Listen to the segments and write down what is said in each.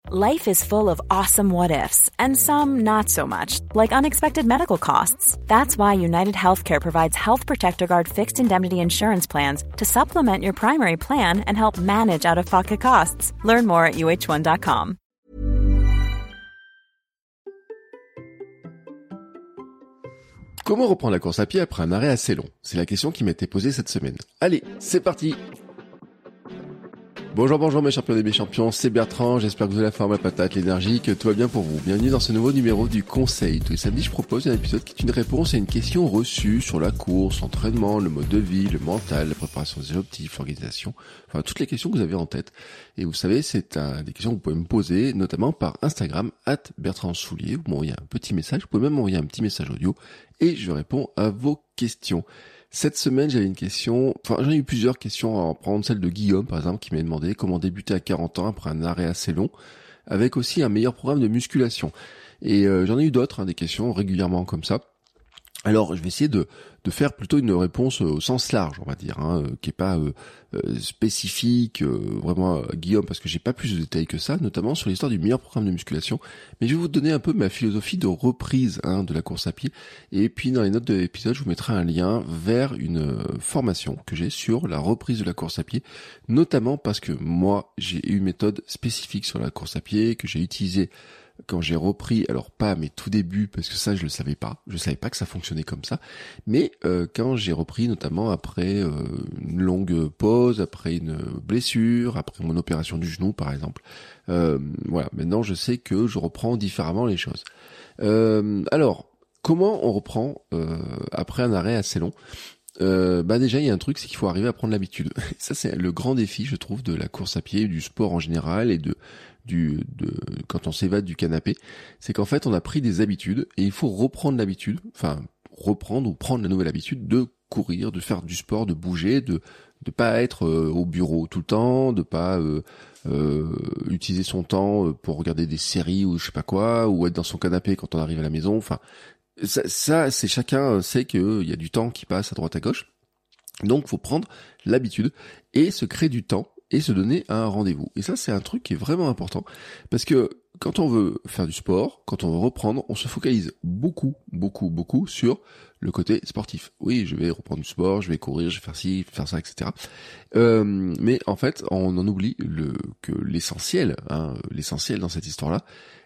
Life is full of awesome what-ifs, and some not so much, like unexpected medical costs. That's why United Healthcare provides Health Protector Guard fixed indemnity insurance plans to supplement your primary plan and help manage out-of-pocket costs. Learn more at uh1.com. Comment reprendre la course à pied après un arrêt assez long? C'est la question qui m'a été posée cette semaine. Allez, c'est parti! Bonjour mes champions et mes champions, c'est Bertrand, j'espère que vous avez la forme, la patate, l'énergie, que tout va bien pour vous. Bienvenue dans ce nouveau numéro du Conseil. Tous les samedis, je propose un épisode qui est une réponse à une question reçue sur la course, l'entraînement, le mode de vie, le mental, la préparation des objectifs, l'organisation, enfin toutes les questions que vous avez en tête. Et vous savez, c'est des questions que vous pouvez me poser, notamment par Instagram, @BertrandSoulier. Vous m'envoyez un petit message, vous pouvez même m'envoyer un petit message audio et je réponds à vos questions. Cette semaine, j'avais une question, j'en ai eu plusieurs questions, en prendre celle de Guillaume, par exemple, qui m'a demandé comment débuter à 40 ans après un arrêt assez long, avec aussi un meilleur programme de musculation. Et j'en ai eu d'autres, des questions régulièrement comme ça. Alors, je vais essayer de faire plutôt une réponse au sens large, on va dire, qui est pas spécifique vraiment à Guillaume, parce que j'ai pas plus de détails que ça, notamment sur l'histoire du meilleur programme de musculation. Mais je vais vous donner un peu ma philosophie de reprise de la course à pied. Et puis dans les notes de l'épisode, je vous mettrai un lien vers une formation que j'ai sur la reprise de la course à pied, notamment parce que moi, j'ai eu une méthode spécifique sur la course à pied que j'ai utilisée quand j'ai repris, alors pas à mes tout débuts, parce que ça je savais pas que ça fonctionnait comme ça, mais quand j'ai repris, notamment après une longue pause, après une blessure, après mon opération du genou par exemple, voilà, maintenant je sais que je reprends différemment les choses. Alors, comment on reprend après un arrêt assez long? Déjà il y a un truc, c'est qu'il faut arriver à prendre l'habitude. Ça c'est le grand défi, je trouve, de la course à pied, du sport en général, et quand on s'évade du canapé, c'est qu'en fait on a pris des habitudes et il faut reprendre l'habitude, prendre la nouvelle habitude de courir, de faire du sport, de bouger, de pas être au bureau tout le temps, de pas utiliser son temps pour regarder des séries ou je sais pas quoi, ou être dans son canapé quand on arrive à la maison. Enfin, ça c'est chacun sait qu'il y a du temps qui passe à droite à gauche. Donc faut prendre l'habitude et se créer du temps et se donner un rendez-vous. Et ça, c'est un truc qui est vraiment important, parce que quand on veut faire du sport, quand on veut reprendre, on se focalise beaucoup sur le côté sportif. Oui, je vais reprendre du sport, je vais courir, je vais faire ci, faire ça, etc. Mais en fait, on en oublie que l'essentiel dans cette histoire-là,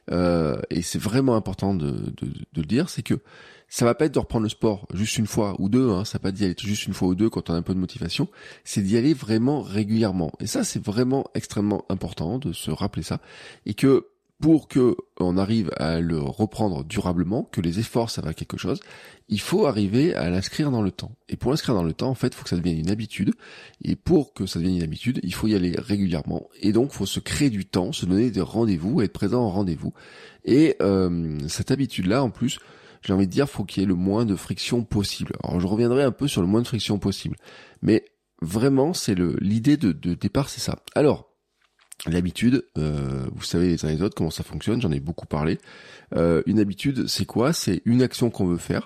et c'est vraiment important de le dire, c'est que ça va pas être de reprendre le sport juste une fois ou deux, ça va pas d'y aller juste une fois ou deux quand on a un peu de motivation, c'est d'y aller vraiment régulièrement. Et ça, c'est vraiment extrêmement important de se rappeler ça, et que pour que on arrive à le reprendre durablement, que les efforts servent à quelque chose, il faut arriver à l'inscrire dans le temps. Et pour l'inscrire dans le temps, en fait, il faut que ça devienne une habitude. Et pour que ça devienne une habitude, il faut y aller régulièrement. Et donc, il faut se créer du temps, se donner des rendez-vous, être présent en rendez-vous. Et cette habitude-là, en plus, j'ai envie de dire, faut qu'il y ait le moins de friction possible. Alors, je reviendrai un peu sur le moins de friction possible. Mais vraiment, c'est l'idée de départ, c'est ça. Alors, l'habitude, vous savez les uns et les autres comment ça fonctionne, j'en ai beaucoup parlé. Une habitude, c'est quoi? C'est une action qu'on veut faire,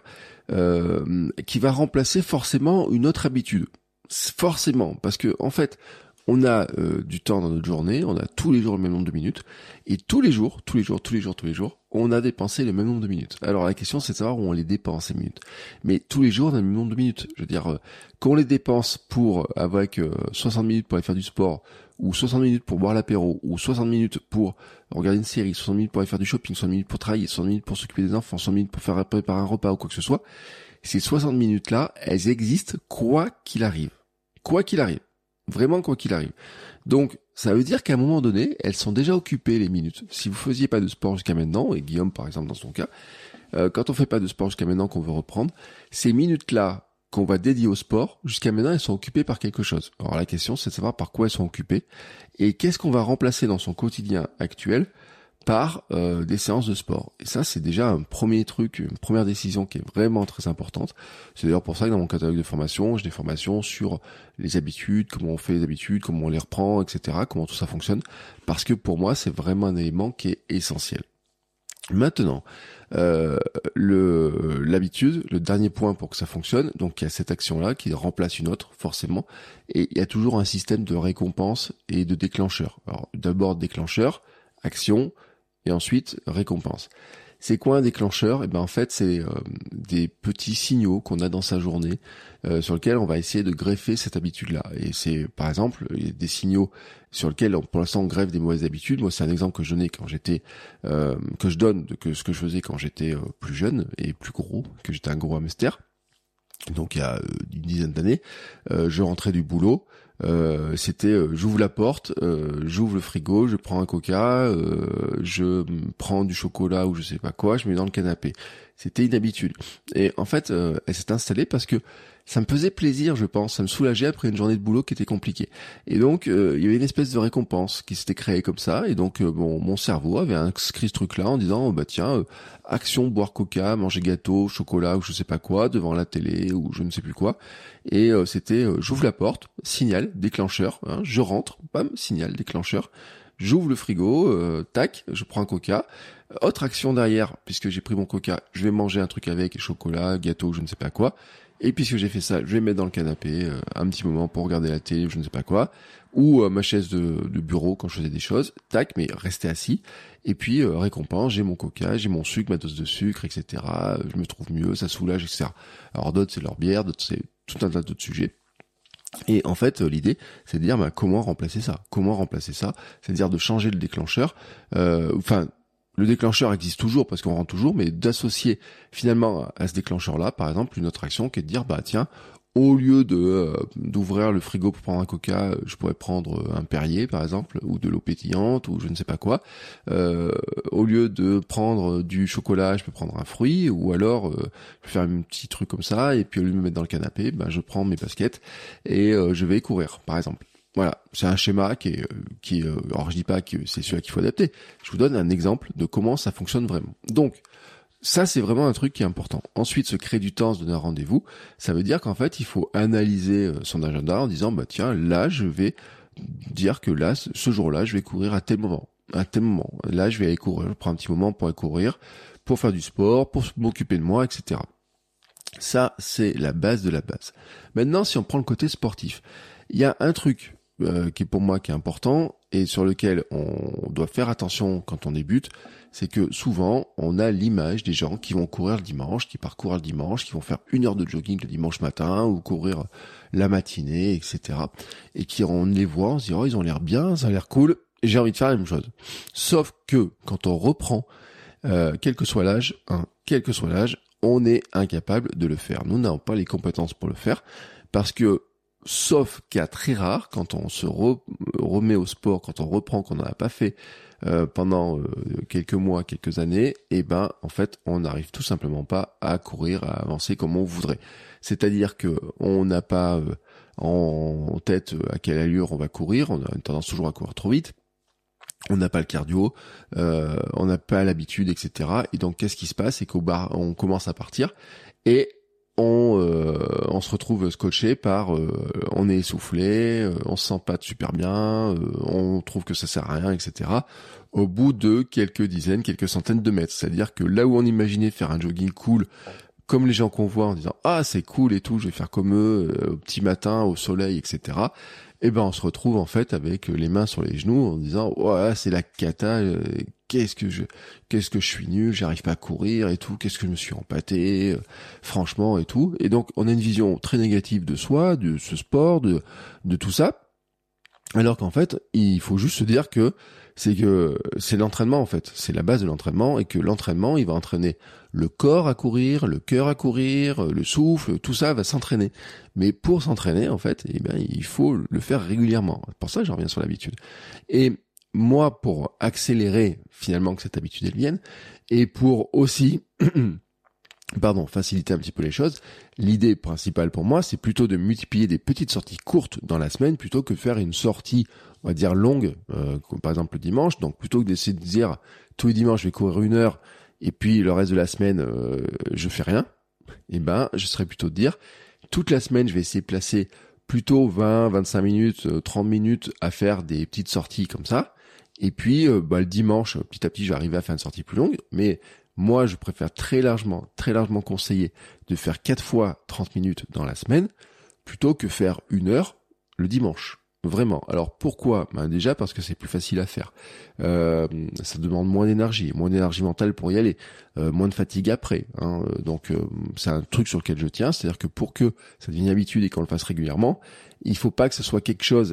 qui va remplacer forcément une autre habitude. Forcément, parce que en fait, on a du temps dans notre journée, on a tous les jours le même nombre de minutes, et tous les jours, on a dépensé le même nombre de minutes. Alors la question, c'est de savoir où on les dépense, ces minutes. Mais tous les jours, on a le même nombre de minutes. Je veux dire, quand on les dépense avec 60 minutes pour aller faire du sport, ou 60 minutes pour boire l'apéro, ou 60 minutes pour regarder une série, 60 minutes pour aller faire du shopping, 60 minutes pour travailler, 60 minutes pour s'occuper des enfants, 60 minutes pour préparer un repas ou quoi que ce soit, ces 60 minutes-là, elles existent quoi qu'il arrive. Quoi qu'il arrive. Vraiment quoi qu'il arrive. Donc, ça veut dire qu'à un moment donné, elles sont déjà occupées, les minutes. Si vous faisiez pas de sport jusqu'à maintenant, et Guillaume par exemple dans son cas, quand on fait pas de sport jusqu'à maintenant qu'on veut reprendre, ces minutes-là qu'on va dédier au sport, jusqu'à maintenant, elles sont occupées par quelque chose. Alors la question, c'est de savoir par quoi elles sont occupées, et qu'est-ce qu'on va remplacer dans son quotidien actuel par des séances de sport. Et ça, c'est déjà un premier truc, une première décision qui est vraiment très importante. C'est d'ailleurs pour ça que dans mon catalogue de formation, j'ai des formations sur les habitudes, comment on fait les habitudes, comment on les reprend, etc., comment tout ça fonctionne, parce que pour moi, c'est vraiment un élément qui est essentiel. Maintenant, l'habitude, le dernier point pour que ça fonctionne, donc il y a cette action-là qui remplace une autre, forcément, et il y a toujours un système de récompense et de déclencheur. Alors, d'abord déclencheur, action et ensuite récompense. C'est quoi un déclencheur ? En fait, c'est des petits signaux qu'on a dans sa journée sur lesquels on va essayer de greffer cette habitude-là. Et c'est, par exemple, des signaux sur lesquels, pour l'instant, on greffe des mauvaises habitudes. Moi, c'est un exemple que je donnais quand j'étais, que je donne de ce que je faisais quand j'étais plus jeune et plus gros, que j'étais un gros hamster. Donc, il y a une dizaine d'années, je rentrais du boulot. C'était j'ouvre la porte, j'ouvre le frigo, je prends un coca, je prends du chocolat ou je sais pas quoi, je mets dans le canapé. C'était une habitude. Et en fait, elle s'est installée parce que ça me faisait plaisir, je pense, ça me soulageait après une journée de boulot qui était compliquée. Et donc, il y avait une espèce de récompense qui s'était créée comme ça. Et donc, mon cerveau avait inscrit ce truc-là en disant, tiens, action, boire coca, manger gâteau, chocolat ou je sais pas quoi, devant la télé ou je ne sais plus quoi. Et c'était, j'ouvre la porte, signal, déclencheur, je rentre, bam, signal, déclencheur. J'ouvre le frigo, tac, je prends un coca. Autre action derrière, puisque j'ai pris mon coca, je vais manger un truc avec, chocolat, gâteau, je ne sais pas quoi. Et puisque j'ai fait ça, je vais mettre dans le canapé un petit moment pour regarder la télé, je ne sais pas quoi, ou ma chaise de bureau quand je faisais des choses, tac, mais rester assis. Et puis récompense, j'ai mon coca, j'ai mon sucre, ma dose de sucre, etc. Je me trouve mieux, ça soulage, etc. Alors d'autres c'est leur bière, d'autres c'est tout un tas d'autres sujets. Et en fait, l'idée, c'est de dire comment remplacer ça. Comment remplacer ça ? C'est-à-dire de changer le déclencheur. Le déclencheur existe toujours parce qu'on rentre toujours, mais d'associer finalement à ce déclencheur-là, par exemple, une autre action qui est de dire, tiens, au lieu d'ouvrir le frigo pour prendre un coca, je pourrais prendre un Perrier, par exemple, ou de l'eau pétillante, ou je ne sais pas quoi. Au lieu de prendre du chocolat, je peux prendre un fruit, ou alors je peux faire un petit truc comme ça, et puis au lieu de me mettre dans le canapé, je prends mes baskets et je vais courir, par exemple. Voilà, c'est un schéma qui est alors je dis pas que c'est celui qu'il faut adapter. Je vous donne un exemple de comment ça fonctionne vraiment. Donc, ça, c'est vraiment un truc qui est important. Ensuite, se créer du temps, se donner un rendez-vous, ça veut dire qu'en fait, il faut analyser son agenda en disant, tiens, là, je vais dire que là, ce jour-là, je vais courir à tel moment. À tel moment. Là, je vais aller courir. Je prends un petit moment pour aller courir, pour faire du sport, pour m'occuper de moi, etc. Ça, c'est la base de la base. Maintenant, si on prend le côté sportif, il y a un truc qui est pour moi qui est important et sur lequel on doit faire attention quand on débute, c'est que souvent on a l'image des gens qui vont courir le dimanche, qui parcourent le dimanche, qui vont faire 1 heure de jogging le dimanche matin ou courir la matinée, etc. Et qui on les voit, on se dit ils ont l'air bien, ça a l'air cool, et j'ai envie de faire la même chose. Sauf que quand on reprend, quel que soit l'âge, on est incapable de le faire. Nous n'avons pas les compétences pour le faire parce que sauf cas très rare, quand on se remet au sport, quand on reprend, qu'on n'en a pas fait pendant quelques mois, quelques années, en fait, on n'arrive tout simplement pas à courir, à avancer comme on voudrait. C'est-à-dire que on n'a pas en tête à quelle allure on va courir, on a une tendance toujours à courir trop vite. On n'a pas le cardio, on n'a pas l'habitude, etc. Et donc, qu'est-ce qui se passe ? C'est qu'au bar, on commence à partir et on se retrouve scotché par on est essoufflé, on se sent pas super bien, on trouve que ça sert à rien, etc. Au bout de quelques dizaines, quelques centaines de mètres. C'est-à-dire que là où on imaginait faire un jogging cool, comme les gens qu'on voit en disant c'est cool et tout, je vais faire comme eux au petit matin, au soleil, etc. On se retrouve en fait avec les mains sur les genoux en disant c'est la cata, qu'est-ce que je suis nul, j'arrive pas à courir et tout, qu'est-ce que je me suis empâté, franchement et tout. Et donc on a une vision très négative de soi, de ce sport, de tout ça. Alors qu'en fait, il faut juste se dire que c'est l'entraînement en fait, c'est la base de l'entraînement et que l'entraînement, il va entraîner le corps à courir, le cœur à courir, le souffle, tout ça va s'entraîner. Mais pour s'entraîner en fait, il faut le faire régulièrement. Pour ça, je reviens sur l'habitude. Et moi, pour accélérer finalement que cette habitude elle vienne et pour aussi faciliter un petit peu les choses, l'idée principale pour moi, c'est plutôt de multiplier des petites sorties courtes dans la semaine plutôt que de faire une sortie, on va dire longue, comme par exemple le dimanche. Donc plutôt que d'essayer de dire tous les dimanches je vais courir 1 heure et puis le reste de la semaine je fais rien, je serais plutôt de dire toute la semaine je vais essayer de placer plutôt 20, 25 minutes, 30 minutes à faire des petites sorties comme ça. Et puis le dimanche, petit à petit, je vais arriver à faire une sortie plus longue, mais moi, je préfère très largement conseiller de faire 4 fois 30 minutes dans la semaine plutôt que faire 1 heure le dimanche. Vraiment. Alors pourquoi ? Déjà parce que c'est plus facile à faire. Ça demande moins d'énergie mentale pour y aller, moins de fatigue après. Donc c'est un truc sur lequel je tiens, c'est-à-dire que pour que ça devienne une habitude et qu'on le fasse régulièrement, il faut pas que ce soit quelque chose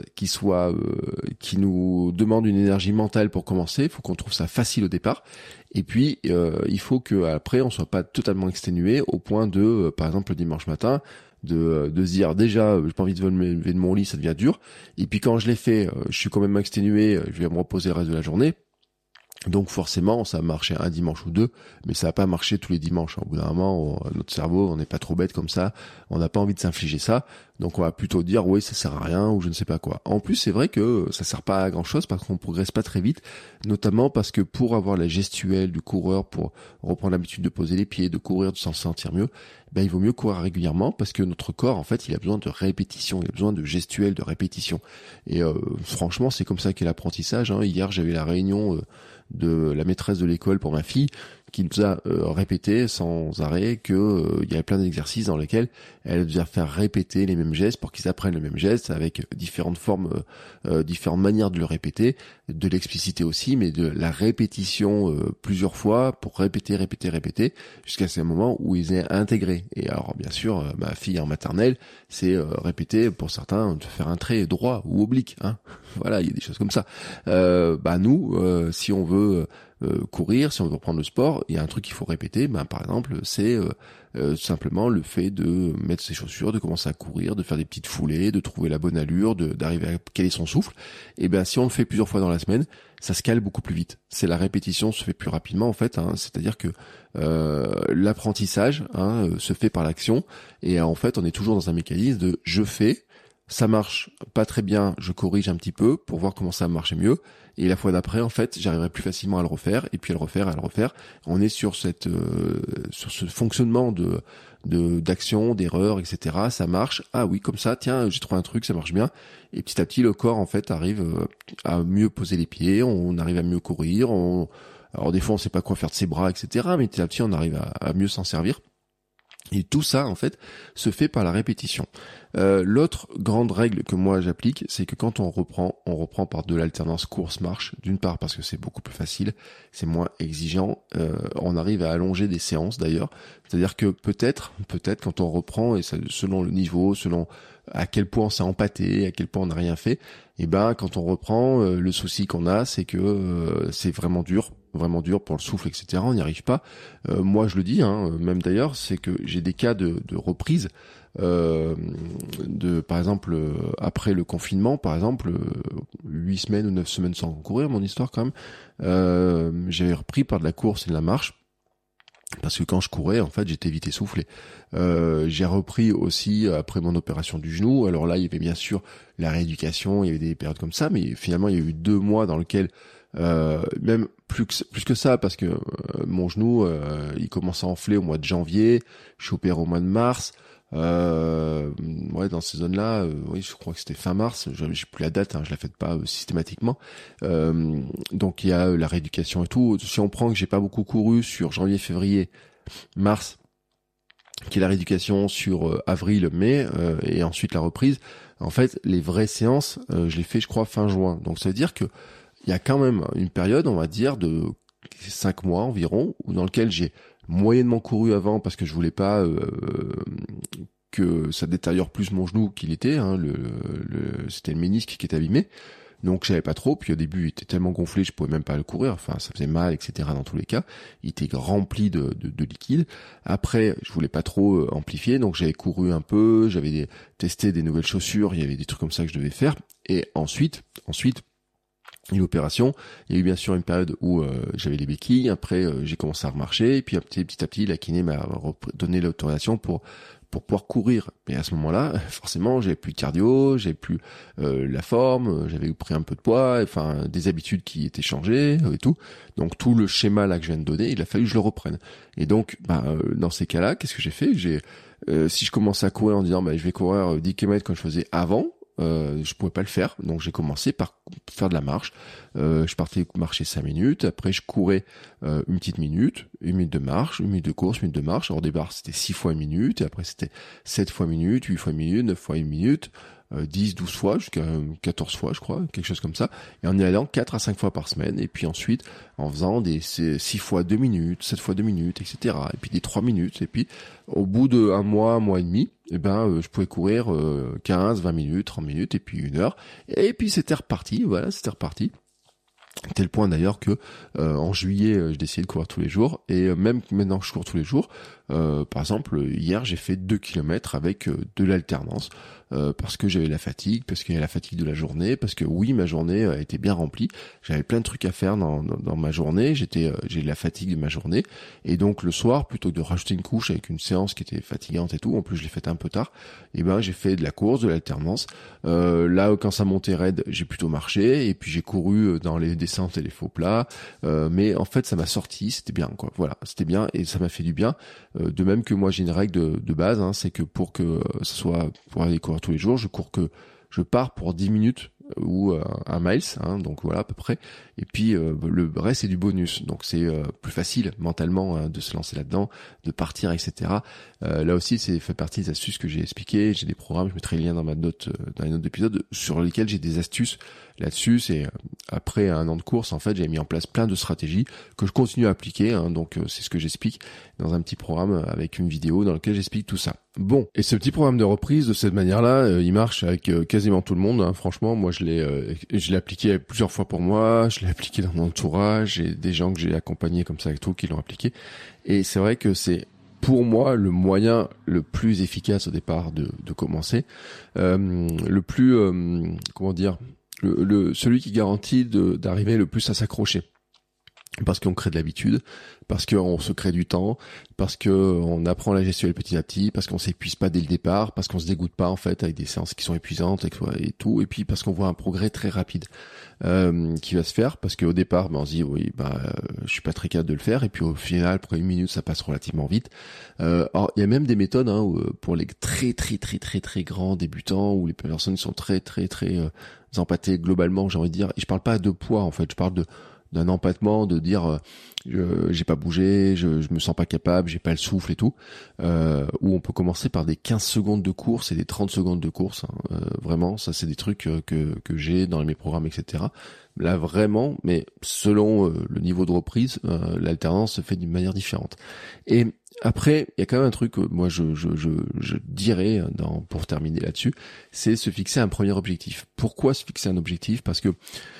qui nous demande une énergie mentale pour commencer. Il faut qu'on trouve ça facile au départ. Et puis il faut que après on soit pas totalement exténué au point de, par exemple le dimanche matin, de se dire déjà j'ai pas envie de me lever de mon lit, ça devient dur. Et puis quand je l'ai fait, je suis quand même exténué, je vais me reposer le reste de la journée. Donc forcément, ça a marché un dimanche ou deux, mais ça va pas marcher tous les dimanches. Au bout d'un moment, notre cerveau, on n'est pas trop bête comme ça, on n'a pas envie de s'infliger ça, donc on va plutôt dire oui, ça sert à rien ou je ne sais pas quoi. En plus, c'est vrai que ça sert pas à grand chose parce qu'on progresse pas très vite, notamment parce que pour avoir la gestuelle du coureur, pour reprendre l'habitude de poser les pieds, de courir, de s'en sentir mieux, il vaut mieux courir régulièrement parce que notre corps, en fait, il a besoin de répétition, il a besoin de gestuelle, de répétition. Et franchement, c'est comme ça qu'est l'apprentissage. Hier, j'avais la réunion de la maîtresse de l'école pour ma fille qui nous a répété sans arrêt que il y avait plein d'exercices dans lesquels elle devait faire répéter les mêmes gestes pour qu'ils apprennent le même geste avec différentes formes, différentes manières de le répéter, de l'expliciter aussi, mais de la répétition plusieurs fois pour répéter jusqu'à ce moment où ils aient intégré. Et alors bien sûr, ma fille en maternelle, c'est répéter pour certains de faire un trait droit ou oblique. Voilà, il y a des choses comme ça. Nous, si on veut courir, si on veut reprendre le sport, il y a un truc qu'il faut répéter, par exemple, c'est simplement le fait de mettre ses chaussures, de commencer à courir, de faire des petites foulées, de trouver la bonne allure, d'arriver à caler son souffle. Et si on le fait plusieurs fois dans la semaine, ça se cale beaucoup plus vite. C'est la répétition se fait plus rapidement en fait, c'est-à-dire que l'apprentissage se fait par l'action et en fait on est toujours dans un mécanisme de je fais, ça marche pas très bien, je corrige un petit peu pour voir comment ça marche mieux. Et la fois d'après, en fait, j'arriverai plus facilement à le refaire, et puis à le refaire. On est sur ce fonctionnement d'action, d'erreur, etc. Ça marche. Ah oui, comme ça, tiens, j'ai trouvé un truc, ça marche bien. Et petit à petit, le corps, en fait, arrive à mieux poser les pieds, on arrive à mieux courir. Alors des fois, on sait pas quoi faire de ses bras, etc. Mais petit à petit, on arrive à mieux s'en servir. Et tout ça, en fait, se fait par la répétition. L'autre grande règle que moi j'applique, c'est que quand on reprend par de l'alternance course-marche. D'une part parce que c'est beaucoup plus facile, c'est moins exigeant. On arrive à allonger des séances d'ailleurs. C'est-à-dire que peut-être quand on reprend, et ça, selon le niveau, selon à quel point on s'est empâté, à quel point on n'a rien fait, quand on reprend, le souci qu'on a, c'est que c'est vraiment dur pour le souffle, etc. On n'y arrive pas. Moi, je le dis, même d'ailleurs, c'est que j'ai des cas de reprise, par exemple, après le confinement, par exemple, 8 semaines ou 9 semaines sans courir, mon histoire quand même, j'ai repris par de la course et de la marche. Parce que quand je courais, en fait, j'étais vite essoufflé. J'ai repris aussi après mon opération du genou. Alors là, il y avait bien sûr la rééducation, il y avait des périodes comme ça, mais finalement, il y a eu 2 mois dans lesquels, même plus que ça, parce que mon genou, il commence à enfler au mois de janvier. Je suis opéré au mois de mars. Dans ces zones-là, oui, je crois que c'était fin mars, j'ai plus la date, je la fais pas systématiquement. Donc il y a la rééducation et tout. Si on prend que j'ai pas beaucoup couru sur janvier, février, mars, qui est la rééducation sur avril, mai, et ensuite la reprise. En fait, les vraies séances, je les fais, je crois, fin juin. Donc ça veut dire que il y a quand même une période, on va dire, de 5 mois environ, dans lequel j'ai moyennement couru avant parce que je voulais pas que ça détériore plus mon genou qu'il était, c'était le ménisque qui était abîmé, donc je savais pas trop. Puis au début il était tellement gonflé je pouvais même pas le courir, enfin ça faisait mal, etc. Dans tous les cas, il était rempli de liquide. Après je voulais pas trop amplifier, donc j'avais couru un peu, j'avais testé des nouvelles chaussures, il y avait des trucs comme ça que je devais faire. Et ensuite une opération, il y a eu bien sûr une période où j'avais les béquilles, après j'ai commencé à remarcher, et puis petit à petit la kiné m'a donné l'autorisation pour pouvoir courir. Mais à ce moment-là, forcément, j'avais plus de cardio, j'avais plus la forme, j'avais pris un peu de poids, enfin des habitudes qui étaient changées et tout. Donc tout le schéma là que je viens de donner, il a fallu que je le reprenne. Et donc dans ces cas-là, qu'est-ce que j'ai fait ? Si je commençais à courir en disant je vais courir 10 km comme je faisais avant, je pouvais pas le faire. Donc j'ai commencé par faire de la marche. Je partais marcher 5 minutes. Après je courais une petite minute, 1 minute de marche, 1 minute de course, 1 minute de marche. Alors au départ c'était 6 fois 1 minute. Et après c'était 7 fois 1 minute, 8 fois 1 minute, 9 fois 1 minute. 10, 12 fois, jusqu'à 14 fois, je crois, quelque chose comme ça. Et en y allant 4 à 5 fois par semaine. Et puis ensuite, en faisant des 6 fois 2 minutes, 7 fois 2 minutes, etc. Et puis des 3 minutes. Et puis, au bout de un mois et demi, je pouvais courir 15, 20 minutes, 30 minutes, et puis 1 heure. Et puis c'était reparti, voilà, c'était reparti. Tel point d'ailleurs que en juillet, j'ai décidé de courir tous les jours. Et même maintenant que je cours tous les jours, par exemple, hier, j'ai fait 2 kilomètres avec de l'alternance. Parce que j'avais la fatigue, parce qu'il y a la fatigue de la journée, parce que oui, ma journée a été bien remplie. J'avais plein de trucs à faire dans ma journée. J'ai la fatigue de ma journée. Et donc, le soir, plutôt que de rajouter une couche avec une séance qui était fatigante et tout, en plus, je l'ai faite un peu tard, j'ai fait de la course, de l'alternance. Là, quand ça montait raide, j'ai plutôt marché. Et puis, j'ai couru dans les descentes et les faux plats. Mais en fait, ça m'a sorti. C'était bien, quoi. Voilà. C'était bien et ça m'a fait du bien. De même que moi, j'ai une règle de base, hein, c'est que pour aller courir tous les jours, je pars pour 10 minutes ou 1 miles, hein, donc voilà à peu près. Et puis le reste c'est du bonus, donc c'est plus facile mentalement de se lancer là-dedans, de partir, etc. Là aussi c'est fait partie des astuces que j'ai expliquées. J'ai des programmes, je mettrai le lien dans les notes d'épisode sur lesquels j'ai des astuces là-dessus. C'est après un an de course, en fait, j'ai mis en place plein de stratégies que je continue à appliquer, hein, donc c'est ce que j'explique dans un petit programme avec une vidéo dans lequel j'explique tout ça. Bon, et ce petit programme de reprise de cette manière-là, il marche avec quasiment tout le monde, hein. Franchement, moi je l'ai appliqué plusieurs fois pour moi, je l'ai appliqué dans mon entourage, j'ai des gens que j'ai accompagnés comme ça et tout qui l'ont appliqué. Et c'est vrai que c'est pour moi le moyen le plus efficace au départ de commencer, le plus celui qui garantit d'arriver le plus à s'accrocher. Parce qu'on crée de l'habitude, parce qu'on se crée du temps, parce qu'on apprend la gestuelle petit à petit, parce qu'on s'épuise pas dès le départ, parce qu'on se dégoûte pas en fait avec des séances qui sont épuisantes et tout, et puis parce qu'on voit un progrès très rapide qui va se faire, parce qu'au départ on se dit je suis pas très capable de le faire, et puis au final après 1 minute ça passe relativement vite. Alors il y a même des méthodes pour les très très très très très grands débutants, où les personnes sont très très très empâtées globalement, j'ai envie de dire, et je parle pas de poids en fait, je parle d'un empattement, de dire j'ai pas bougé, je me sens pas capable, j'ai pas le souffle et tout, où on peut commencer par des 15 secondes de course et des 30 secondes de course, hein. Vraiment, ça c'est des trucs que j'ai dans mes programmes, etc. Là vraiment, mais selon le niveau de reprise, l'alternance se fait d'une manière différente. Et après, il y a quand même un truc que moi je dirais pour terminer là-dessus, c'est se fixer un premier objectif. Pourquoi se fixer un objectif ? Parce que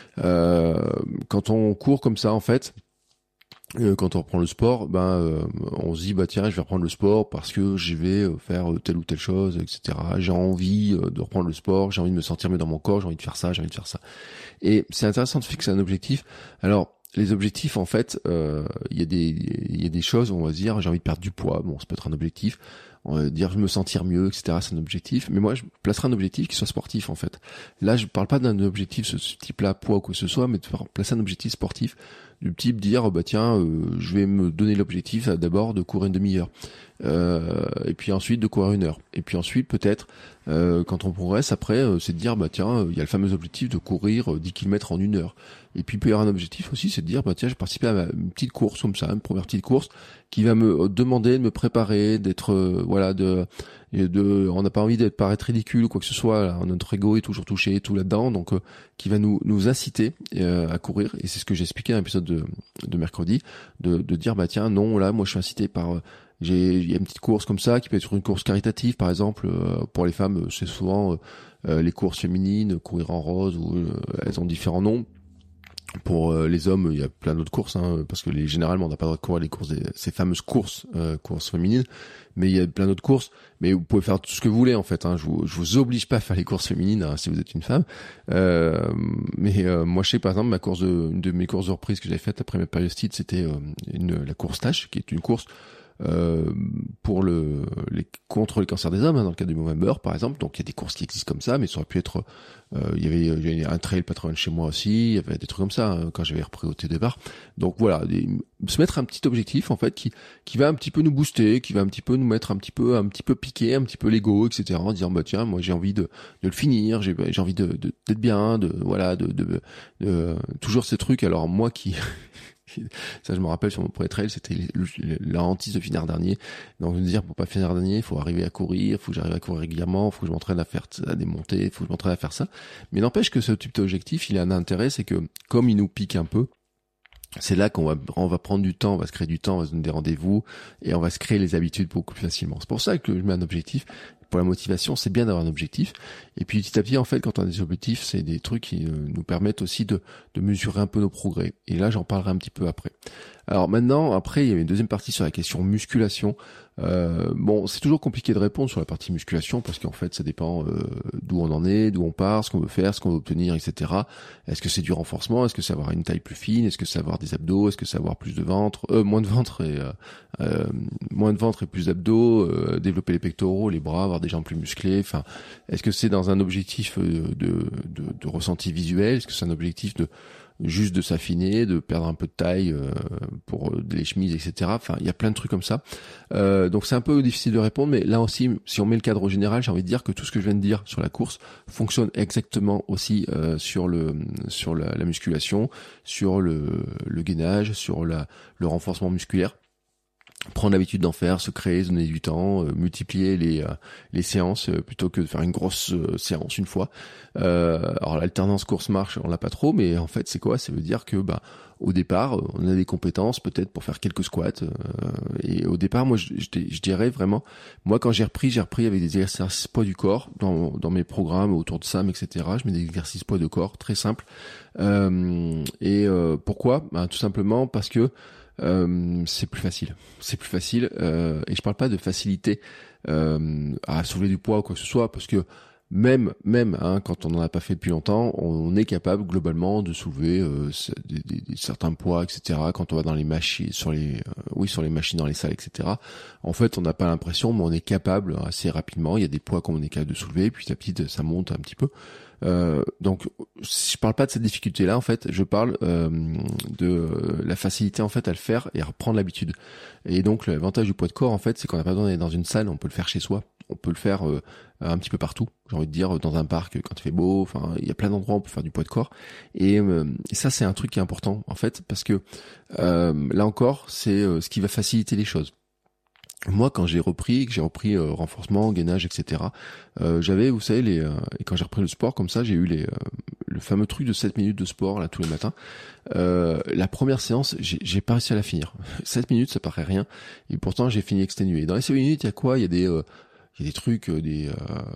quand on court comme ça, en fait, quand on reprend le sport, on se dit tiens, je vais reprendre le sport parce que je vais faire telle ou telle chose, etc. J'ai envie de reprendre le sport, j'ai envie de me sentir mieux dans mon corps, j'ai envie de faire ça, j'ai envie de faire ça. Et c'est intéressant de fixer un objectif. Alors les objectifs, en fait, il y a des choses où on va se dire j'ai envie de perdre du poids, bon, ça peut être un objectif. On va dire je me sentir mieux, etc. C'est un objectif. Mais moi, je placerai un objectif qui soit sportif, en fait. Là, je parle pas d'un objectif ce type-là, poids ou quoi que ce soit, mais de placer un objectif sportif du type dire je vais me donner l'objectif d'abord de courir une demi-heure, et puis ensuite de courir 1 heure, et puis ensuite peut-être quand on progresse après, c'est de dire il y a le fameux objectif de courir 10 km en 1 heure. Et puis il peut y avoir un objectif aussi, c'est de dire je vais participer à une petite course comme ça, une première petite course qui va me demander de me préparer, d'être on n'a pas envie d'être paraître ridicule ou quoi que ce soit, là, notre ego est toujours touché, tout là-dedans, donc qui va nous inciter à courir. Et c'est ce que j'ai expliqué dans l'épisode de mercredi, de dire non, là moi je suis incité par il y a une petite course comme ça qui peut être une course caritative, par exemple. Pour les femmes, c'est souvent les courses féminines, courir en rose, ou elles ont différents noms. Pour les hommes, il y a plein d'autres courses, parce que généralement on n'a pas le droit de courir les courses, ces fameuses courses féminines, mais il y a plein d'autres courses. Mais vous pouvez faire tout ce que vous voulez en fait. Je vous oblige pas à faire les courses féminines si vous êtes une femme. Mais moi je sais par exemple une de mes courses de reprise que j'avais faite après ma périostite, c'était la course Tâche, qui est une course contre les cancers des hommes, dans le cas du Movember par exemple. Donc il y a des courses qui existent comme ça, mais ça aurait pu être il y avait un trail pas très loin de chez moi aussi, il y avait des trucs comme ça quand j'avais repris au départ. Donc voilà, se mettre un petit objectif en fait qui va un petit peu nous booster, qui va un petit peu nous mettre un petit peu piquer, un petit peu l'ego, etc. En disant tiens, moi j'ai envie de le finir, j'ai envie d'être bien, de toujours ces trucs. Alors moi qui ça je me rappelle sur mon premier trail, c'était la hantise de finir dernier. Donc de me dire pour pas finir dernier, il faut arriver à courir, faut que j'arrive à courir régulièrement, faut que je m'entraîne à des montées, faut que je m'entraîne à faire ça. Mais n'empêche que ce type d'objectif, il a un intérêt, c'est que comme il nous pique un peu, c'est là qu'on va prendre du temps, on va se créer du temps, on va se donner des rendez-vous et on va se créer les habitudes beaucoup plus facilement. C'est pour ça que je mets un objectif. Pour la motivation, c'est bien d'avoir un objectif. Et puis petit à petit, en fait, quand on a des objectifs, c'est des trucs qui nous permettent aussi de mesurer un peu nos progrès. Et là, j'en parlerai un petit peu après. Alors maintenant, après, il y avait une deuxième partie sur la question musculation. C'est toujours compliqué de répondre sur la partie musculation parce qu'en fait, ça dépend d'où on en est, d'où on part, ce qu'on veut faire, ce qu'on veut obtenir, etc. Est-ce que c'est du renforcement? Est-ce que c'est avoir une taille plus fine? Est-ce que c'est avoir des abdos? Est-ce que c'est avoir plus de ventre, moins de ventre et plus d'abdos? Développer les pectoraux, les bras, avoir des jambes plus musclées. Enfin, est-ce que c'est dans un objectif de ressenti visuel? Est-ce que c'est un objectif juste de s'affiner, de perdre un peu de taille pour les chemises, etc. Enfin, il y a plein de trucs comme ça. Donc c'est un peu difficile de répondre, mais là aussi, si on met le cadre général, j'ai envie de dire que tout ce que je viens de dire sur la course fonctionne exactement aussi sur la musculation, sur le gainage, sur le renforcement musculaire. Prendre l'habitude d'en faire, se créer, se donner du temps, multiplier les séances plutôt que de faire une grosse séance une fois. Alors l'alternance course-marche, on l'a pas trop, mais en fait c'est quoi? Ça veut dire que au départ, on a des compétences peut-être pour faire quelques squats. Et au départ, moi je dirais vraiment, moi quand j'ai repris avec des exercices poids du corps dans mes programmes autour de SAM, etc. Je mets des exercices poids de corps très simples. Pourquoi? Tout simplement parce que c'est plus facile et je parle pas de facilité à soulever du poids ou quoi que ce soit, parce que même quand on n'en a pas fait depuis longtemps, on est capable globalement de soulever certains poids, etc. Quand on va dans les machines, sur les machines dans les salles, etc. En fait, on n'a pas l'impression, mais on est capable assez rapidement. Il y a des poids qu'on est capable de soulever, puis petit à petit ça monte un petit peu. Donc je parle pas de cette difficulté là, en fait je parle de la facilité en fait à le faire et à reprendre l'habitude. Et donc l'avantage du poids de corps, en fait, c'est qu'on n'a pas besoin d'aller dans une salle, on peut le faire chez soi, on peut le faire un petit peu partout, j'ai envie de dire, dans un parc quand il fait beau. Enfin, il y a plein d'endroits où on peut faire du poids de corps, et ça c'est un truc qui est important en fait, parce que là encore c'est ce qui va faciliter les choses. Moi, quand j'ai repris renforcement, gainage, etc., j'avais, vous savez, et quand j'ai repris le sport comme ça, j'ai eu le fameux truc de 7 minutes de sport là tous les matins. La première séance, j'ai pas réussi à la finir. 7 minutes, ça paraît rien, et pourtant j'ai fini exténué. Dans les 7 minutes, il y a quoi? Il y a des trucs, je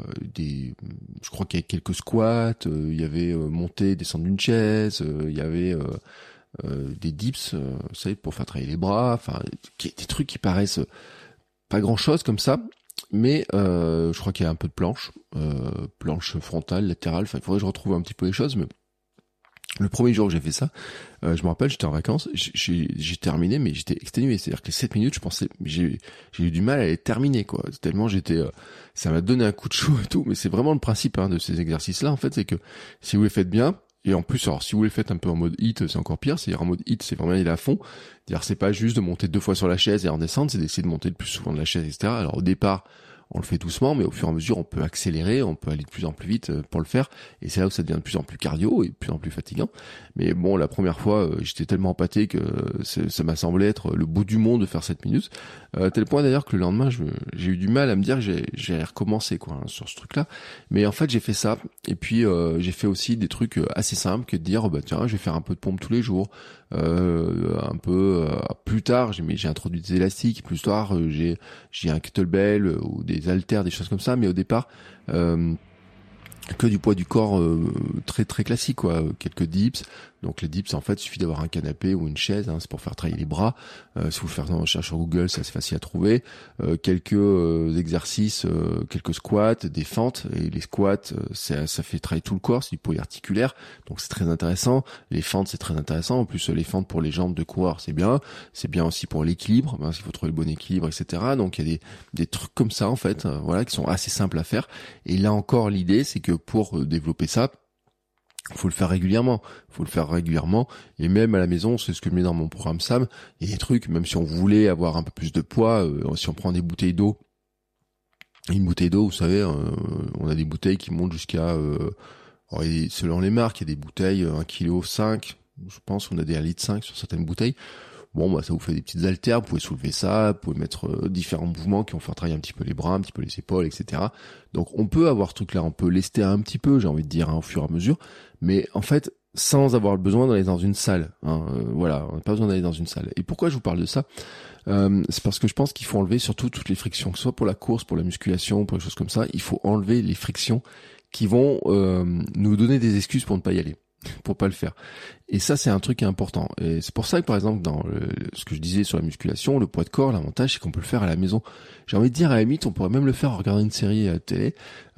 crois qu'il y a quelques squats, il y avait monter, descendre d'une chaise, il y avait des dips, vous savez, pour faire travailler les bras, enfin, des trucs qui paraissent pas grand chose comme ça, mais je crois qu'il y a un peu de planche frontale, latérale. Enfin, il faudrait que je retrouve un petit peu les choses, mais le premier jour que j'ai fait ça, je me rappelle, j'étais en vacances, j'ai terminé, mais j'étais exténué. C'est-à-dire que les 7 minutes, je pensais, j'ai eu du mal à les terminer, quoi. Tellement ça m'a donné un coup de chaud et tout. Mais c'est vraiment le principe de ces exercices-là, en fait, c'est que si vous les faites bien. Et en plus, alors si vous les faites un peu en mode hit, c'est encore pire. C'est-à-dire en mode hit, c'est vraiment aller à fond. C'est-à-dire c'est pas juste de monter 2 fois sur la chaise et en descendre, c'est d'essayer de monter le plus souvent de la chaise, etc. Alors au départ, on le fait doucement, mais au fur et à mesure, on peut accélérer, on peut aller de plus en plus vite pour le faire. Et c'est là où ça devient de plus en plus cardio et de plus en plus fatigant. Mais bon, la première fois, j'étais tellement empâté que ça m'a semblé être le bout du monde de faire 7 minutes. Tel point d'ailleurs que le lendemain, j'ai eu du mal à me dire que j'allais recommencer, quoi, sur ce truc-là. Mais en fait, j'ai fait ça. Et puis, j'ai fait aussi des trucs assez simples que de dire, tiens, je vais faire un peu de pompe tous les jours. Plus tard, j'ai introduit des élastiques. Plus tard, j'ai un kettlebell ou des haltères, des choses comme ça. Mais au départ, que du poids du corps très très classique, quoi. Quelques dips, Donc les dips, en fait, il suffit d'avoir un canapé ou une chaise, c'est pour faire travailler les bras. Si vous faites une recherche sur Google, c'est assez facile à trouver. Quelques exercices, quelques squats, des fentes. Et les squats, ça fait travailler tout le corps, c'est du polyarticulaire, donc c'est très intéressant. Les fentes, c'est très intéressant. En plus, les fentes pour les jambes de coureur, c'est bien. C'est bien aussi pour l'équilibre, parce qu'il faut trouver le bon équilibre, etc. Donc il y a des trucs comme ça, en fait, voilà, qui sont assez simples à faire. Et là encore, l'idée, c'est que pour développer ça, faut le faire régulièrement. Et même à la maison, c'est ce que je mets dans mon programme SAM. Il y a des trucs, même si on voulait avoir un peu plus de poids, si on prend des bouteilles d'eau, une bouteille d'eau, vous savez, on a des bouteilles qui montent jusqu'à, selon les marques, il y a des bouteilles 1,5 kg, je pense, on a des 1,5 litre sur certaines bouteilles. Bon, ça vous fait des petites haltères, vous pouvez soulever ça, vous pouvez mettre différents mouvements qui vont faire travailler un petit peu les bras, un petit peu les épaules, etc. Donc on peut avoir ce truc-là, on peut lester un petit peu, j'ai envie de dire, au fur et à mesure, mais en fait, sans avoir le besoin d'aller dans une salle. Voilà, on n'a pas besoin d'aller dans une salle. Et pourquoi je vous parle de ça ? C'est parce que je pense qu'il faut enlever surtout toutes les frictions, que ce soit pour la course, pour la musculation, pour les choses comme ça, il faut enlever les frictions qui vont nous donner des excuses pour ne pas y aller, pour pas le faire. Et ça, c'est un truc qui est important. Et c'est pour ça que, par exemple, dans ce que je disais sur la musculation, le poids de corps, l'avantage, c'est qu'on peut le faire à la maison. J'ai envie de dire, à la limite, on pourrait même le faire en regardant une série à la télé,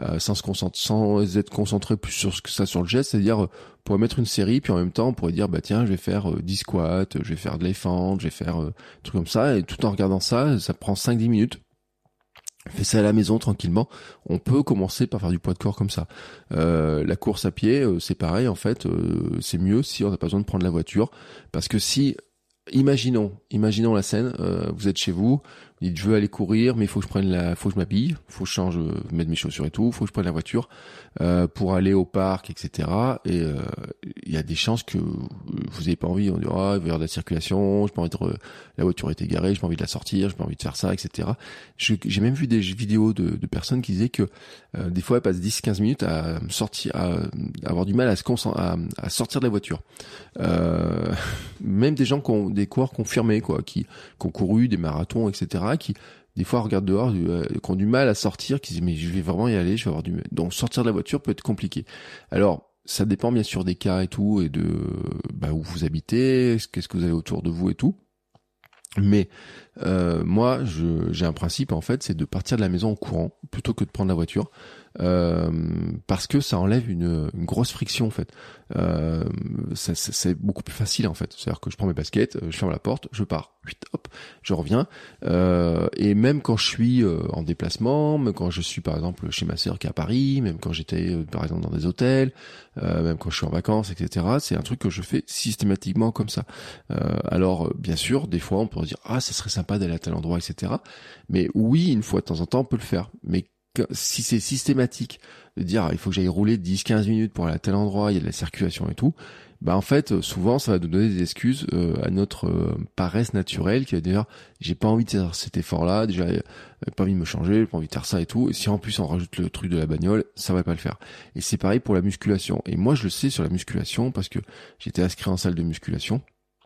sans être concentré plus sur ça, sur le geste. C'est-à-dire, on pourrait mettre une série, puis en même temps, on pourrait dire, tiens, je vais faire 10 squats, je vais faire de les fentes, je vais faire un truc comme ça. Et tout en regardant ça, ça prend 5-10 minutes. Fait ça à la maison tranquillement. On peut commencer par faire du poids de corps comme ça. La course à pied, c'est pareil en fait. C'est mieux si on n'a pas besoin de prendre la voiture, parce que si, imaginons la scène, vous êtes chez vous, vous dites je veux aller courir, mais il faut que je m'habille, faut que je change, mettre mes chaussures et tout, faut que je prenne la voiture pour aller au parc, etc. Et il y a des chances que vous n'avez pas envie, on dit il va y avoir de la circulation, j'ai pas envie de la voiture est égarée, j'ai pas envie de la sortir, j'ai pas envie de faire ça, etc. J'ai même vu des vidéos de personnes qui disaient que des fois elles passent 10-15 minutes à sortir, à avoir du mal à sortir de la voiture. Même des gens qui ont des coureurs confirmés, quoi, qui ont couru des marathons, etc., qui des fois regardent dehors, qui ont du mal à sortir, qui disent mais je vais vraiment y aller, je vais avoir du mal. Donc sortir de la voiture peut être compliqué. Alors ça dépend bien sûr des cas et tout, et de où vous habitez, qu'est-ce que vous avez autour de vous et tout. Mais moi j'ai un principe en fait, c'est de partir de la maison en courant plutôt que de prendre la voiture, parce que ça enlève une grosse friction en fait. C'est beaucoup plus facile en fait. C'est-à-dire que je prends mes baskets, je ferme la porte, je pars, hop, je reviens. Et même quand je suis en déplacement, même quand je suis par exemple chez ma sœur qui est à Paris, même quand j'étais par exemple dans des hôtels, même quand je suis en vacances, etc. C'est un truc que je fais systématiquement comme ça. Alors bien sûr, des fois on peut dire ça serait sympa d'aller à tel endroit, etc. Mais oui, une fois de temps en temps on peut le faire. Mais si c'est systématique de dire il faut que j'aille rouler 10-15 minutes pour aller à tel endroit, il y a de la circulation et tout, en fait souvent ça va nous donner des excuses à notre paresse naturelle qui va dire j'ai pas envie de faire cet effort là, déjà j'ai pas envie de me changer, j'ai pas envie de faire ça et tout, et si en plus on rajoute le truc de la bagnole, ça va pas le faire. Et c'est pareil pour la musculation, et moi je le sais sur la musculation parce que j'étais inscrit en salle de musculation.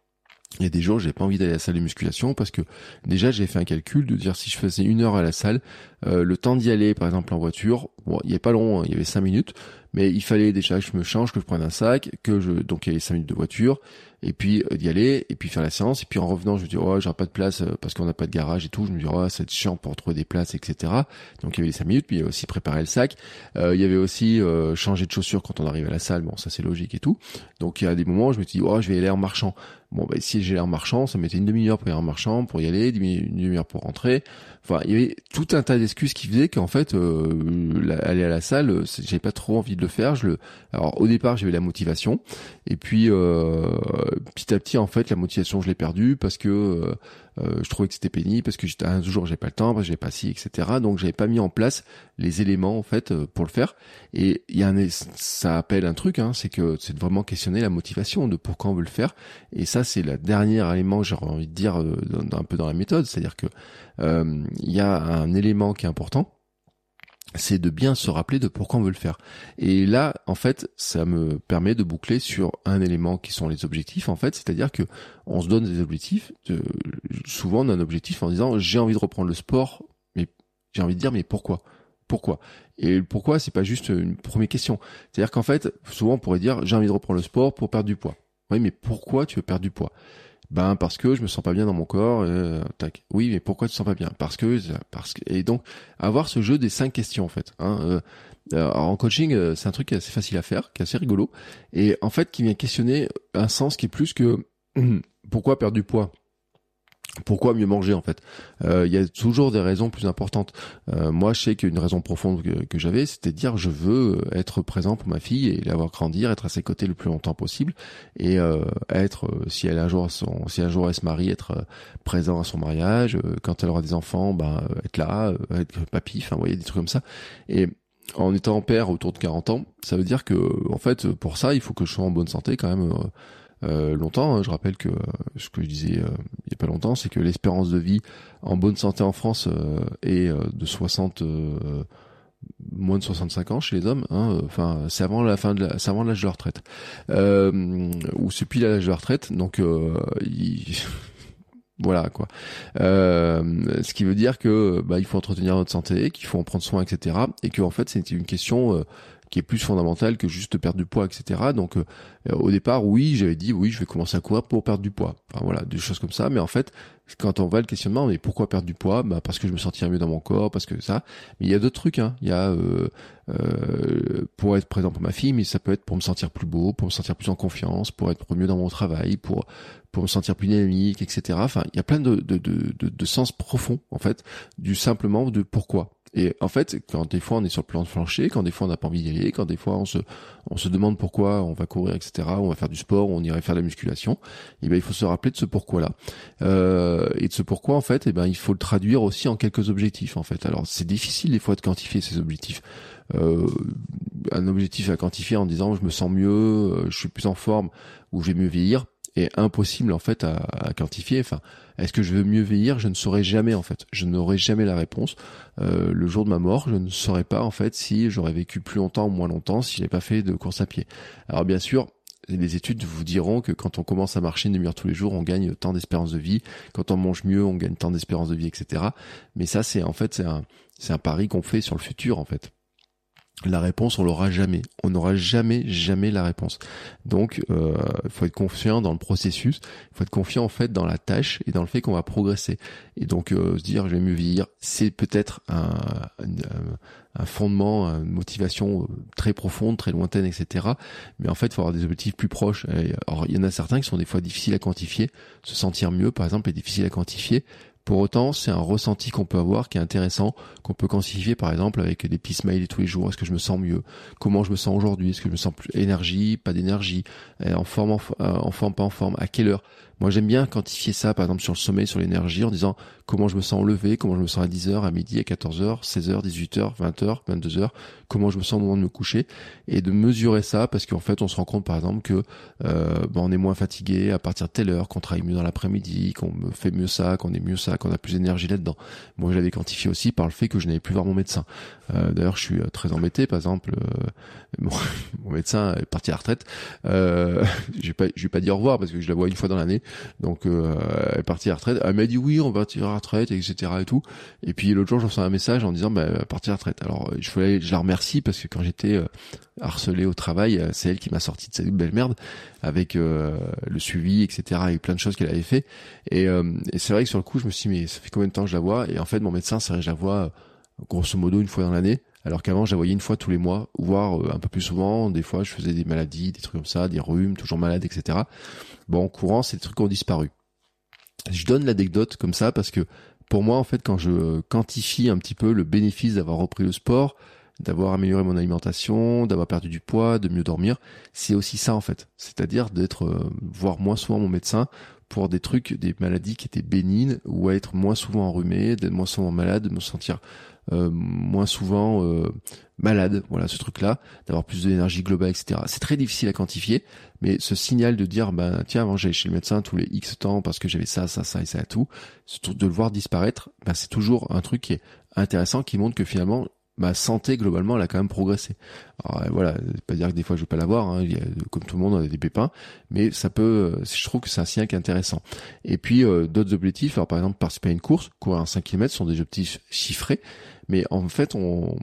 Il y a des jours, j'ai pas envie d'aller à la salle de musculation parce que déjà j'ai fait un calcul de dire si je faisais 1 heure à la salle, le temps d'y aller par exemple en voiture, il y avait pas long, il y avait 5 minutes, mais il fallait déjà que je me change, que je prenne un sac, donc il y avait 5 minutes de voiture, et puis d'y aller, et puis faire la séance, et puis en revenant je me dis j'aurai pas de place parce qu'on n'a pas de garage et tout, je me dis c'est chiant pour trouver des places, etc. Donc il y avait les 5 minutes, puis il y avait aussi préparer le sac, il y avait aussi changer de chaussures quand on arrive à la salle, ça c'est logique et tout. Donc il y a des moments où je me dis je vais y aller en marchant. Si j'ai l'air marchand, ça mettait une demi-heure pour y aller en marchand, pour y aller, une demi-heure pour rentrer. Enfin, il y avait tout un tas d'excuses qui faisaient qu'en fait, aller à la salle, j'avais pas trop envie de le faire. Alors au départ, j'avais la motivation, et puis petit à petit, en fait, la motivation, je l'ai perdue parce que je trouvais que c'était pénible, parce que un jour j'avais pas le temps, parce que j'avais pas ci, etc. Donc j'avais pas mis en place les éléments en fait pour le faire. Et ça appelle un truc, c'est que c'est de vraiment questionner la motivation de pourquoi on veut le faire. Et ça, c'est le dernier élément que j'aurais envie de dire un peu dans la méthode, c'est-à-dire que il y a un élément qui est important, c'est de bien se rappeler de pourquoi on veut le faire. Et là, en fait, ça me permet de boucler sur un élément qui sont les objectifs, en fait, c'est-à-dire que on se donne des objectifs, souvent on a un objectif en disant j'ai envie de reprendre le sport, mais j'ai envie de dire mais pourquoi ? Et le pourquoi, c'est pas juste une première question. C'est-à-dire qu'en fait, souvent on pourrait dire j'ai envie de reprendre le sport pour perdre du poids. Oui, mais pourquoi tu veux perdre du poids? Ben parce que je me sens pas bien dans mon corps. Tac. Oui, mais pourquoi tu te sens pas bien? Parce que. Et donc avoir ce jeu des 5 questions en fait. Alors, en coaching, c'est un truc qui est assez facile à faire, qui est assez rigolo, et en fait qui vient questionner un sens qui est plus que pourquoi perdre du poids? Pourquoi mieux manger en fait? Il y a toujours des raisons plus importantes. Moi, je sais qu'une raison profonde que j'avais, c'était de dire je veux être présent pour ma fille et la voir grandir, être à ses côtés le plus longtemps possible et être si un jour elle se marie, être présent à son mariage. Quand elle aura des enfants, être là, être papy. Enfin, vous voyez des trucs comme ça. Et en étant père autour de 40 ans, ça veut dire que en fait pour ça, il faut que je sois en bonne santé quand même. Longtemps. Je rappelle que ce que je disais il y a pas longtemps, c'est que l'espérance de vie en bonne santé en France est de 60 moins de 65 ans chez les hommes. Enfin, c'est avant c'est avant l'âge de la retraite, ou c'est pile à l'âge de la retraite. Donc voilà quoi. Ce qui veut dire que il faut entretenir notre santé, qu'il faut en prendre soin, etc. Et que en fait c'est une question qui est plus fondamentale que juste perdre du poids, etc. Donc au départ, oui, j'avais dit oui, je vais commencer à courir pour perdre du poids. Enfin voilà, des choses comme ça. Mais en fait, quand on va le questionnement, mais pourquoi perdre du poids? Parce que je me sentirais mieux dans mon corps, parce que ça. Mais il y a d'autres trucs. Il y a pour être présent pour ma fille, mais ça peut être pour me sentir plus beau, pour me sentir plus en confiance, pour être mieux dans mon travail, pour me sentir plus dynamique, etc. Enfin, il y a plein de sens profonds en fait, du simplement de pourquoi. Et en fait, quand des fois on est sur le plan de plancher, quand des fois on n'a pas envie d'y aller, quand des fois on se demande pourquoi on va courir, etc., on va faire du sport, on irait faire de la musculation, et il faut se rappeler de ce pourquoi-là. Et de ce pourquoi, en fait, il faut le traduire aussi en quelques objectifs, en fait. Alors, c'est difficile des fois de quantifier ces objectifs. Un objectif à quantifier en disant je me sens mieux, je suis plus en forme, ou je vais mieux vieillir, est impossible en fait à quantifier. Enfin, est-ce que je veux mieux vieillir? Je ne saurais jamais en fait. Je n'aurai jamais la réponse. Le jour de ma mort, je ne saurais pas en fait si j'aurais vécu plus longtemps ou moins longtemps si je n'avais pas fait de course à pied. Alors bien sûr, les études vous diront que quand on commence à marcher une demi-heure tous les jours, on gagne tant d'espérance de vie. Quand on mange mieux, on gagne tant d'espérance de vie, etc. Mais ça, c'est un pari qu'on fait sur le futur en fait. La réponse, on l'aura jamais. On n'aura jamais la réponse. Donc, il faut être confiant dans le processus. Il faut être confiant en fait dans la tâche et dans le fait qu'on va progresser. Et donc, se dire je vais mieux vieillir, c'est peut-être un fondement, une motivation très profonde, très lointaine, etc. Mais en fait, il faut avoir des objectifs plus proches. Alors, il y en a certains qui sont des fois difficiles à quantifier. Se sentir mieux, par exemple, est difficile à quantifier. Pour autant, c'est un ressenti qu'on peut avoir qui est intéressant, qu'on peut quantifier par exemple avec des petits smileys tous les jours. Est-ce que je me sens mieux? Comment je me sens aujourd'hui? Est-ce que je me sens plus énergie, pas d'énergie? En forme, pas en forme? À quelle heure? Moi, j'aime bien quantifier ça, par exemple, sur le sommeil, sur l'énergie, en disant comment je me sens au lever, comment je me sens à 10h, à midi, à 14h, 16h, 18h, 20h, 22h, comment je me sens au moment de me coucher, et de mesurer ça, parce qu'en fait, on se rend compte, par exemple, que on est moins fatigué à partir de telle heure, qu'on travaille mieux dans l'après-midi, qu'on me fait mieux ça, qu'on est mieux ça, qu'on a plus d'énergie là-dedans. Moi, je l'avais quantifié aussi par le fait que je n'avais plus voir mon médecin. D'ailleurs, je suis très embêté, par exemple, mon médecin est parti à la retraite. Je vais pas dire au revoir parce que je la vois une fois dans l'année. Donc elle est partie à la retraite. Elle m'a dit oui, on va partir à la retraite, etc. et tout. Et puis l'autre jour, je reçois un message en disant partir à la retraite. Alors je la remercie parce que quand j'étais harcelé au travail, c'est elle qui m'a sorti de cette belle merde avec le suivi, etc. et plein de choses qu'elle avait fait. Et c'est vrai que sur le coup, je me suis dit mais ça fait combien de temps que je la vois? Et en fait, mon médecin, c'est vrai que je la vois grosso modo une fois dans l'année. Alors qu'avant, je la voyais une fois tous les mois, voire un peu plus souvent. Des fois, je faisais des maladies, des trucs comme ça, des rhumes, toujours malade, etc. Bon, en courant, c'est des trucs qui ont disparu. Je donne l'anecdote comme ça parce que pour moi, en fait, quand je quantifie un petit peu le bénéfice d'avoir repris le sport, d'avoir amélioré mon alimentation, d'avoir perdu du poids, de mieux dormir, c'est aussi ça en fait. C'est-à-dire d'être voir moins souvent mon médecin pour des trucs, des maladies qui étaient bénignes, ou à être moins souvent enrhumé, d'être moins souvent malade, de me sentir moins souvent malade, voilà ce truc-là, d'avoir plus d'énergie globale, etc. C'est très difficile à quantifier, mais ce signal de dire tiens, avant j'allais chez le médecin tous les X temps parce que j'avais ça et ça tout, de le voir disparaître, c'est toujours un truc qui est intéressant, qui montre que finalement ma santé globalement elle a quand même progressé. Alors voilà, pas dire que des fois je vais pas l'avoir, il y a, comme tout le monde on a des pépins, mais ça peut, je trouve que c'est un signal qui est intéressant. Et puis d'autres objectifs, alors par exemple participer à une course, courir un 5 km sont des objectifs chiffrés, mais en fait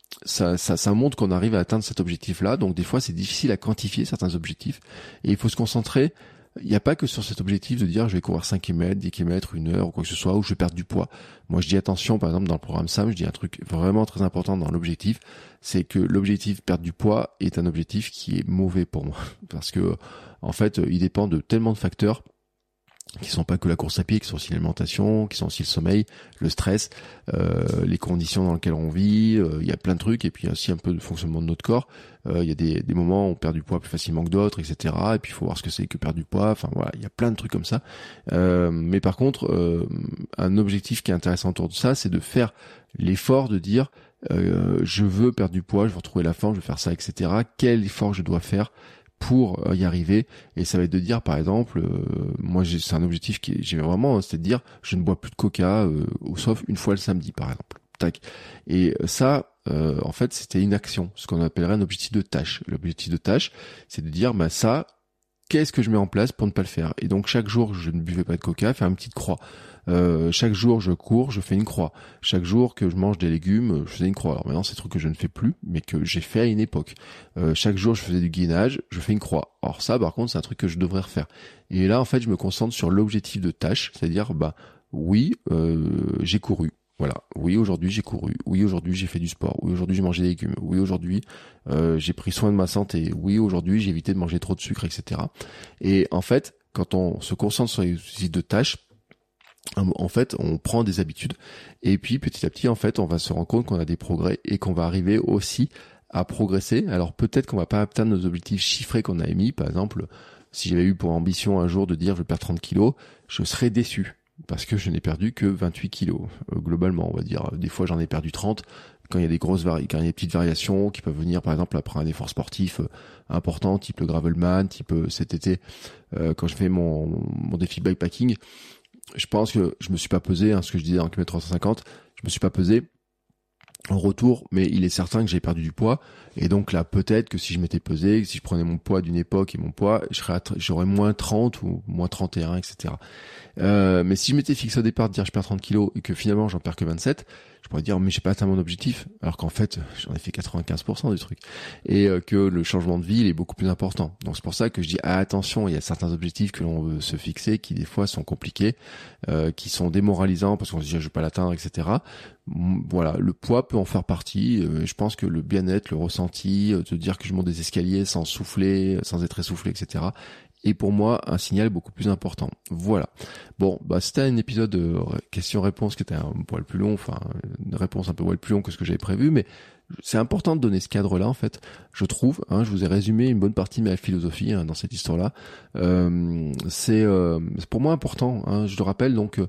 ça montre qu'on arrive à atteindre cet objectif-là. Donc des fois, c'est difficile à quantifier certains objectifs et il faut se concentrer. Il n'y a pas que sur cet objectif de dire je vais courir 5 km, 10 km, 1 heure ou quoi que ce soit, ou je vais perdre du poids. Moi, je dis attention, par exemple, dans le programme SAM, je dis un truc vraiment très important dans l'objectif, c'est que l'objectif perdre du poids est un objectif qui est mauvais pour moi. Parce que, en fait, il dépend de tellement de facteurs qui sont pas que la course à pied, qui sont aussi l'alimentation, qui sont aussi le sommeil, le stress, les conditions dans lesquelles on vit, il y a plein de trucs, et puis il y a aussi un peu de fonctionnement de notre corps. Il y a des moments où on perd du poids plus facilement que d'autres, etc. Et puis il faut voir ce que c'est que perdre du poids, enfin voilà, il y a plein de trucs comme ça. Mais par contre, un objectif qui est intéressant autour de ça, c'est de faire l'effort de dire je veux perdre du poids, je veux retrouver la forme, je veux faire ça, etc. Quel effort je dois faire pour y arriver, et ça va être de dire par exemple moi c'est un objectif qui j'ai vraiment, c'est de dire je ne bois plus de coca sauf une fois le samedi par exemple, tac. Et ça en fait c'était une action, ce qu'on appellerait un objectif de tâche. L'objectif de tâche, c'est de dire bah ça, qu'est-ce que je mets en place pour ne pas le faire. Et donc chaque jour je ne buvais pas de coca, faire une petite croix. Chaque jour je cours, je fais une croix. Chaque jour que je mange des légumes, je faisais une croix. Alors maintenant c'est des trucs que je ne fais plus, mais que j'ai fait à une époque. Chaque jour je faisais du gainage, je fais une croix. Alors ça par contre c'est un truc que je devrais refaire. Et là en fait je me concentre sur l'objectif de tâche, c'est-à-dire bah oui j'ai couru. Voilà. Oui, aujourd'hui j'ai couru. Oui, aujourd'hui j'ai fait du sport. Oui, aujourd'hui j'ai mangé des légumes. Oui, aujourd'hui j'ai pris soin de ma santé. Oui, aujourd'hui j'ai évité de manger trop de sucre, etc. Et en fait, quand on se concentre sur les objectifs de tâches, en fait, on prend des habitudes et puis petit à petit, en fait, on va se rendre compte qu'on a des progrès et qu'on va arriver aussi à progresser. Alors peut-être qu'on va pas atteindre nos objectifs chiffrés qu'on a émis. Par exemple, si j'avais eu pour ambition un jour de dire je vais perdre 30 kilos, je serais déçu parce que je n'ai perdu que 28 kilos globalement, on va dire. Des fois, j'en ai perdu 30 quand il y a des grosses quand il y a des petites variations qui peuvent venir, par exemple, après un effort sportif important, type le gravelman, type cet été quand je fais mon défi bikepacking. Je pense que je me suis pas pesé, ce que je disais dans km 350, je me suis pas pesé en retour, mais il est certain que j'ai perdu du poids, et donc là peut-être que si je m'étais pesé, si je prenais mon poids d'une époque et mon poids, j'aurais moins 30 ou moins 31, etc. Mais si je m'étais fixé au départ de dire je perds 30 kilos et que finalement j'en perds que 27, je pourrais dire mais j'ai pas atteint mon objectif, alors qu'en fait j'en ai fait 95% du truc, et que le changement de vie il est beaucoup plus important. Donc c'est pour ça que je dis attention, il y a certains objectifs que l'on veut se fixer qui des fois sont compliqués, qui sont démoralisants parce qu'on se dit je vais pas l'atteindre, etc. Voilà, le poids peut en faire partie. Je pense que le bien-être, le ressenti, de dire que je monte des escaliers sans souffler, sans être essoufflé, etc., est pour moi un signal beaucoup plus important. Voilà. Bon, bah c'était un épisode de questions-réponses qui était un poil plus long, enfin une réponse un peu plus long que ce que j'avais prévu, mais c'est important de donner ce cadre-là en fait. Je trouve, je vous ai résumé une bonne partie de ma philosophie dans cette histoire-là. C'est pour moi important. Je le rappelle donc.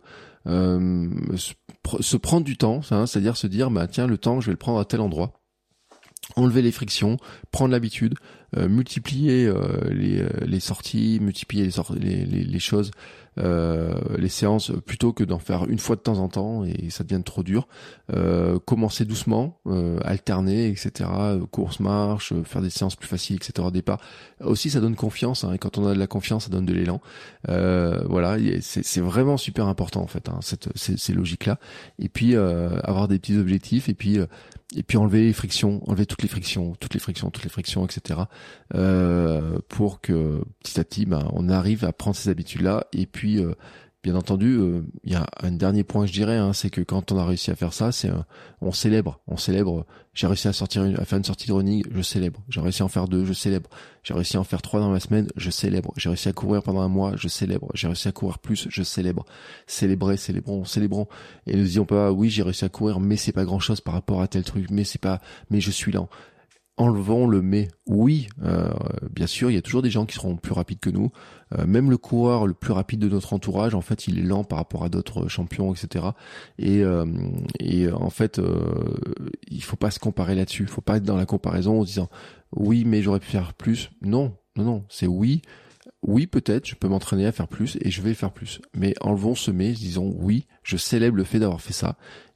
Se prendre du temps, c'est-à-dire se dire bah tiens le temps je vais le prendre à tel endroit, enlever les frictions, prendre l'habitude, multiplier les sorties, multiplier les choses, les séances, plutôt que d'en faire une fois de temps en temps et ça devient trop dur. Commencer doucement, alterner, etc. Course, marche, faire des séances plus faciles, etc. Au départ. Aussi, ça donne confiance, et quand on a de la confiance, ça donne de l'élan. Voilà, c'est vraiment super important en fait, ces logiques-là. Et puis avoir des petits objectifs, et puis enlever les frictions, enlever toutes les frictions, etc. Pour que petit à petit, on arrive à prendre ces habitudes-là. Et puis, bien entendu, il y a un dernier point, je dirais, c'est que quand on a réussi à faire ça, on célèbre. J'ai réussi à faire une sortie de running, je célèbre. J'ai réussi à en faire 2, je célèbre. J'ai réussi à en faire 3 dans ma semaine, je célèbre. J'ai réussi à courir pendant un mois, je célèbre. J'ai réussi à courir plus, je célèbre. Célébrons. Et ne disons pas, oui, j'ai réussi à courir, mais c'est pas grand chose par rapport à tel truc, mais je suis lent. Enlevons le mais. Oui, bien sûr, il y a toujours des gens qui seront plus rapides que nous. Même le coureur le plus rapide de notre entourage, en fait, il est lent par rapport à d'autres champions, etc. Et en fait, il faut pas se comparer là-dessus. Il faut pas être dans la comparaison en disant oui, mais j'aurais pu faire plus. Non, c'est oui. Oui, peut-être, je peux m'entraîner à faire plus et je vais faire plus. Mais enlevons ce mais, disons oui, je célèbre le fait d'avoir fait ça.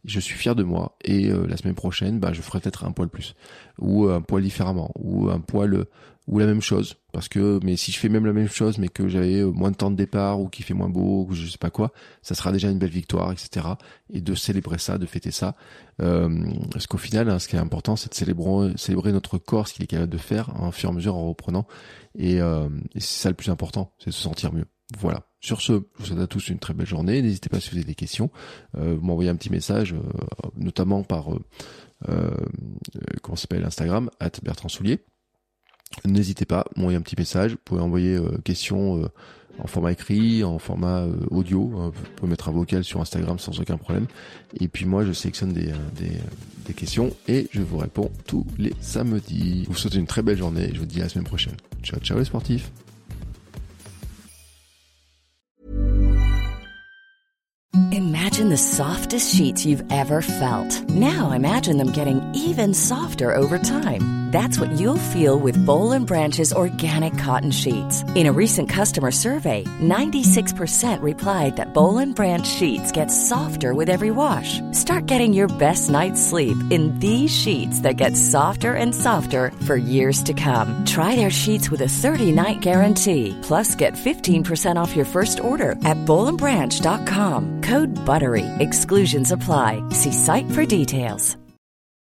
je suis fier de moi, et la semaine prochaine, je ferai peut-être un poil plus, ou un poil différemment, ou un poil, ou la même chose, mais si je fais même la même chose, mais que j'avais moins de temps de départ, ou qu'il fait moins beau, ou je sais pas quoi, ça sera déjà une belle victoire, etc. Et de célébrer ça, de fêter ça, parce qu'au final, ce qui est important, c'est de célébrer notre corps, ce qu'il est capable de faire, en fur et à mesure, en reprenant, et c'est ça le plus important, c'est de se sentir mieux. Voilà. Sur ce, je vous souhaite à tous une très belle journée. N'hésitez pas si vous avez des questions, vous m'envoyez un petit message, notamment par Instagram @BertrandSoulier. N'hésitez pas, m'envoyer un petit message. Vous pouvez envoyer questions en format écrit, en format audio. Vous pouvez mettre un vocal sur Instagram sans aucun problème. Et puis moi, je sélectionne des questions et je vous réponds tous les samedis. Je vous souhaite une très belle journée. Je vous dis à la semaine prochaine. Ciao, ciao les sportifs. Imagine the softest sheets you've ever felt. Now imagine them getting even softer over time. That's what you'll feel with Boll & Branch's organic cotton sheets. In a recent customer survey, 96% replied that Boll & Branch sheets get softer with every wash. Start getting your best night's sleep in these sheets that get softer and softer for years to come. Try their sheets with a 30-night guarantee. Plus, get 15% off your first order at bollandbranch.com. Code BUTTERY. Exclusions apply. See site for details.